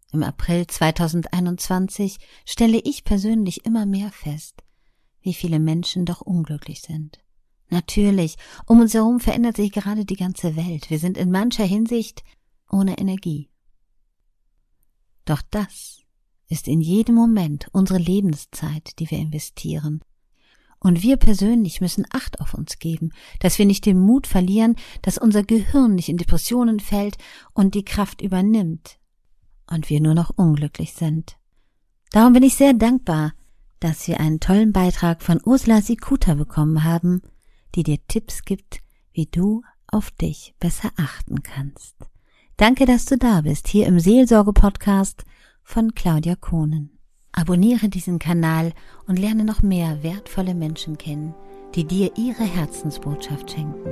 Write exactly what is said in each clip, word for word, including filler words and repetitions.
Im April zweitausendeinundzwanzig stelle ich persönlich immer mehr fest, wie viele Menschen doch unglücklich sind. Natürlich, um uns herum verändert sich gerade die ganze Welt. Wir sind in mancher Hinsicht ohne Energie. Doch das ist in jedem Moment unsere Lebenszeit, die wir investieren. Und wir persönlich müssen Acht auf uns geben, dass wir nicht den Mut verlieren, dass unser Gehirn nicht in Depressionen fällt und die Kraft übernimmt und wir nur noch unglücklich sind. Darum bin ich sehr dankbar, dass wir einen tollen Beitrag von Ursula Sikuta bekommen haben, die dir Tipps gibt, wie du auf dich besser achten kannst. Danke, dass du da bist, hier im Seelsorge-Podcast von Claudia Kohnen. Abonniere diesen Kanal und lerne noch mehr wertvolle Menschen kennen, die dir ihre Herzensbotschaft schenken.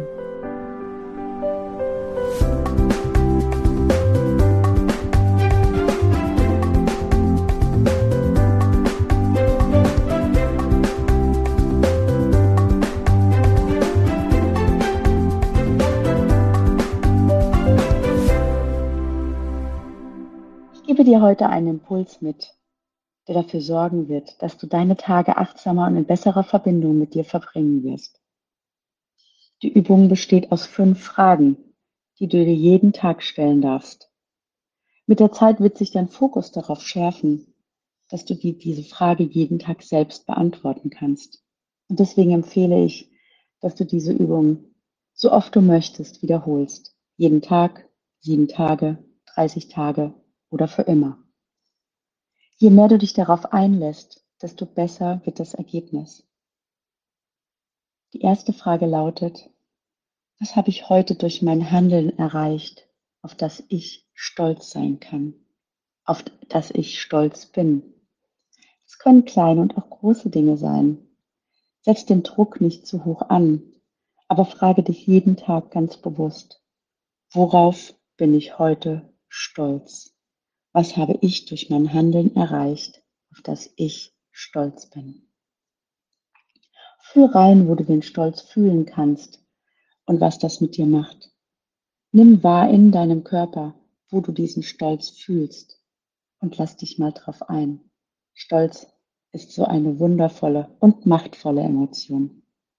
Ich gebe dir heute einen Impuls mit, der dafür sorgen wird, dass du deine Tage achtsamer und in besserer Verbindung mit dir verbringen wirst. Die Übung besteht aus fünf Fragen, die du dir jeden Tag stellen darfst. Mit der Zeit wird sich dein Fokus darauf schärfen, dass du dir diese Frage jeden Tag selbst beantworten kannst. Und deswegen empfehle ich, dass du diese Übung so oft du möchtest wiederholst. Jeden Tag, sieben Tage, dreißig Tage oder für immer. Je mehr du dich darauf einlässt, desto besser wird das Ergebnis. Die erste Frage lautet: Was habe ich heute durch mein Handeln erreicht, auf das ich stolz sein kann, auf das ich stolz bin? Es können kleine und auch große Dinge sein. Setz den Druck nicht zu hoch an, aber frage dich jeden Tag ganz bewusst: Worauf bin ich heute stolz? Was habe ich durch mein Handeln erreicht, auf das ich stolz bin? Fühl rein, wo du den Stolz fühlen kannst und was das mit dir macht. Nimm wahr in deinem Körper, wo du diesen Stolz fühlst, und lass dich mal drauf ein. Stolz ist so eine wundervolle und machtvolle Emotion.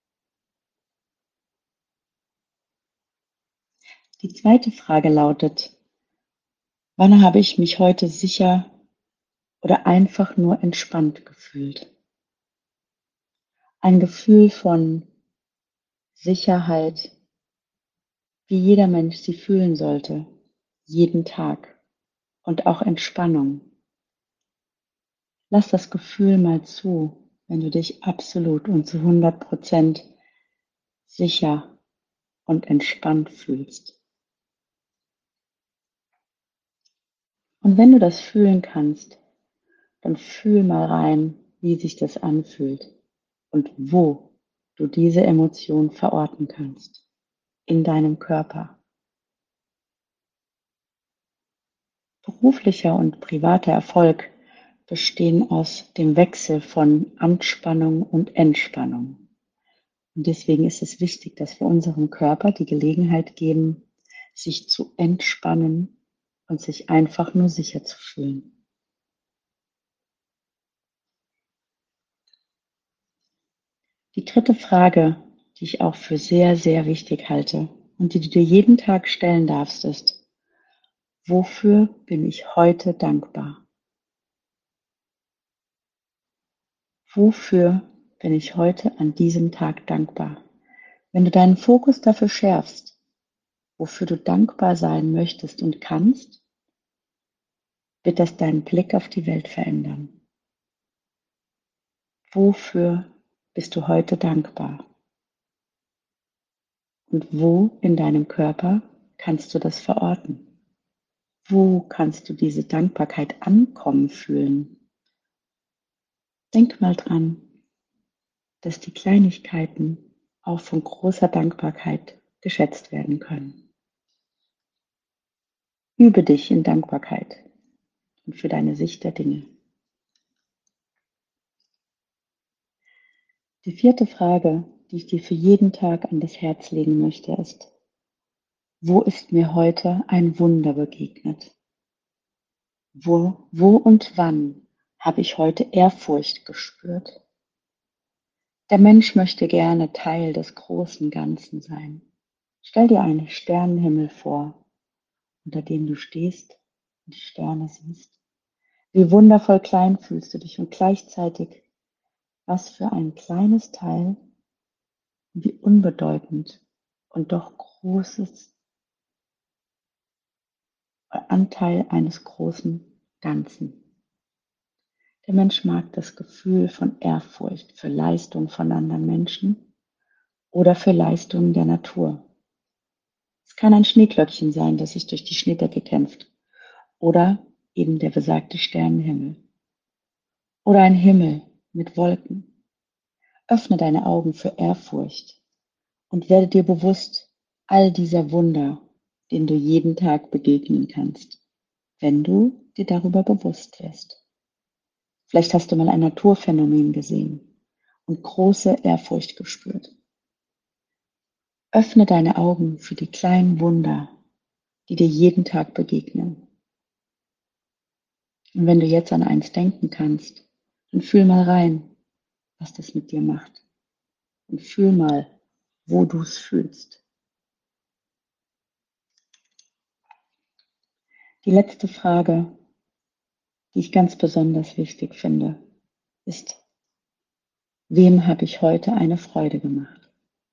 Die zweite Frage lautet: Wann habe ich mich heute sicher oder einfach nur entspannt gefühlt? Ein Gefühl von Sicherheit, wie jeder Mensch sie fühlen sollte, jeden Tag, und auch Entspannung. Lass das Gefühl mal zu, wenn du dich absolut und zu hundert Prozent sicher und entspannt fühlst. Und wenn du das fühlen kannst, dann fühl mal rein, wie sich das anfühlt und wo du diese Emotion verorten kannst in deinem Körper. Beruflicher und privater Erfolg bestehen aus dem Wechsel von Anspannung und Entspannung. Und deswegen ist es wichtig, dass wir unserem Körper die Gelegenheit geben, sich zu entspannen und sich einfach nur sicher zu fühlen. Die dritte Frage, die ich auch für sehr, sehr wichtig halte und die du dir jeden Tag stellen darfst, ist: Wofür bin ich heute dankbar? Wofür bin ich heute an diesem Tag dankbar? Wenn du deinen Fokus dafür schärfst, wofür du dankbar sein möchtest und kannst, wird das deinen Blick auf die Welt verändern. Wofür bist du heute dankbar? Und wo in deinem Körper kannst du das verorten? Wo kannst du diese Dankbarkeit ankommen fühlen? Denk mal dran, dass die Kleinigkeiten auch von großer Dankbarkeit geschätzt werden können. Übe dich in Dankbarkeit und für deine Sicht der Dinge. Die vierte Frage, die ich dir für jeden Tag an das Herz legen möchte, ist: Wo ist mir heute ein Wunder begegnet? Wo, wo und wann habe ich heute Ehrfurcht gespürt? Der Mensch möchte gerne Teil des großen Ganzen sein. Stell dir einen Sternenhimmel vor, unter dem du stehst und die Sterne siehst. Wie wundervoll klein fühlst du dich und gleichzeitig, was für ein kleines Teil, wie unbedeutend und doch großes Anteil eines großen Ganzen. Der Mensch mag das Gefühl von Ehrfurcht für Leistung von anderen Menschen oder für Leistungen der Natur. Es kann ein Schneeglöckchen sein, das sich durch die Schneedecke kämpft, oder eben der besagte Sternenhimmel. Oder ein Himmel mit Wolken. Öffne deine Augen für Ehrfurcht und werde dir bewusst all dieser Wunder, denen du jeden Tag begegnen kannst, wenn du dir darüber bewusst wirst. Vielleicht hast du mal ein Naturphänomen gesehen und große Ehrfurcht gespürt. Öffne deine Augen für die kleinen Wunder, die dir jeden Tag begegnen. Und wenn du jetzt an eins denken kannst, dann fühl mal rein, was das mit dir macht. Und fühl mal, wo du es fühlst. Die letzte Frage, die ich ganz besonders wichtig finde, ist: Wem habe ich heute eine Freude gemacht?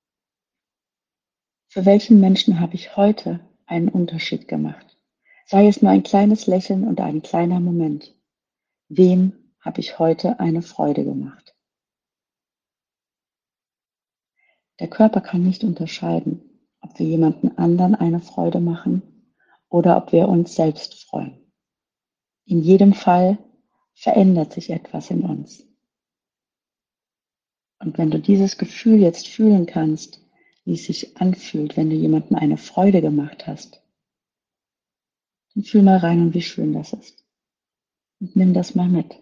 Für welchen Menschen habe ich heute einen Unterschied gemacht? Sei es nur ein kleines Lächeln und ein kleiner Moment. Wem habe ich heute eine Freude gemacht? Der Körper kann nicht unterscheiden, ob wir jemanden anderen eine Freude machen oder ob wir uns selbst freuen. In jedem Fall verändert sich etwas in uns. Und wenn du dieses Gefühl jetzt fühlen kannst, wie es sich anfühlt, wenn du jemandem eine Freude gemacht hast, dann fühl mal rein und wie schön das ist. Und nimm das mal mit.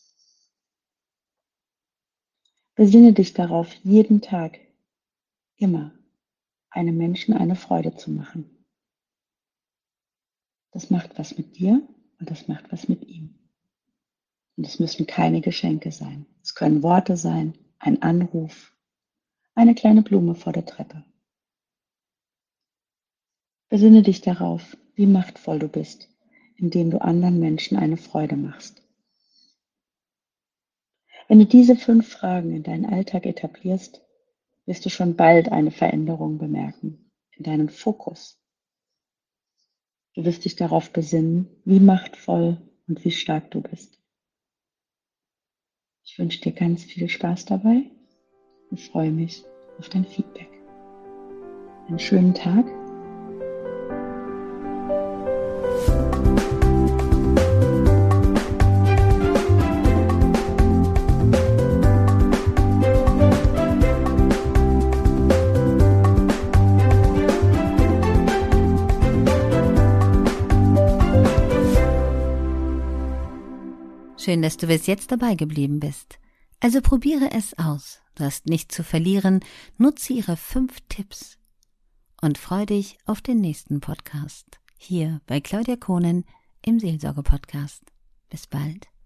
Besinne dich darauf, jeden Tag, immer, einem Menschen eine Freude zu machen. Das macht was mit dir und das macht was mit ihm. Und es müssen keine Geschenke sein. Es können Worte sein, ein Anruf, eine kleine Blume vor der Treppe. Besinne dich darauf, wie machtvoll du bist, indem du anderen Menschen eine Freude machst. Wenn du diese fünf Fragen in deinen Alltag etablierst, wirst du schon bald eine Veränderung bemerken in deinem Fokus. Du wirst dich darauf besinnen, wie machtvoll und wie stark du bist. Ich wünsche dir ganz viel Spaß dabei und freue mich auf dein Feedback. Einen schönen Tag. Schön, dass du bis jetzt dabei geblieben bist. Also probiere es aus. Du hast nichts zu verlieren. Nutze ihre fünf Tipps und freu dich auf den nächsten Podcast hier bei Claudia Kohnen im Seelsorge-Podcast. Bis bald.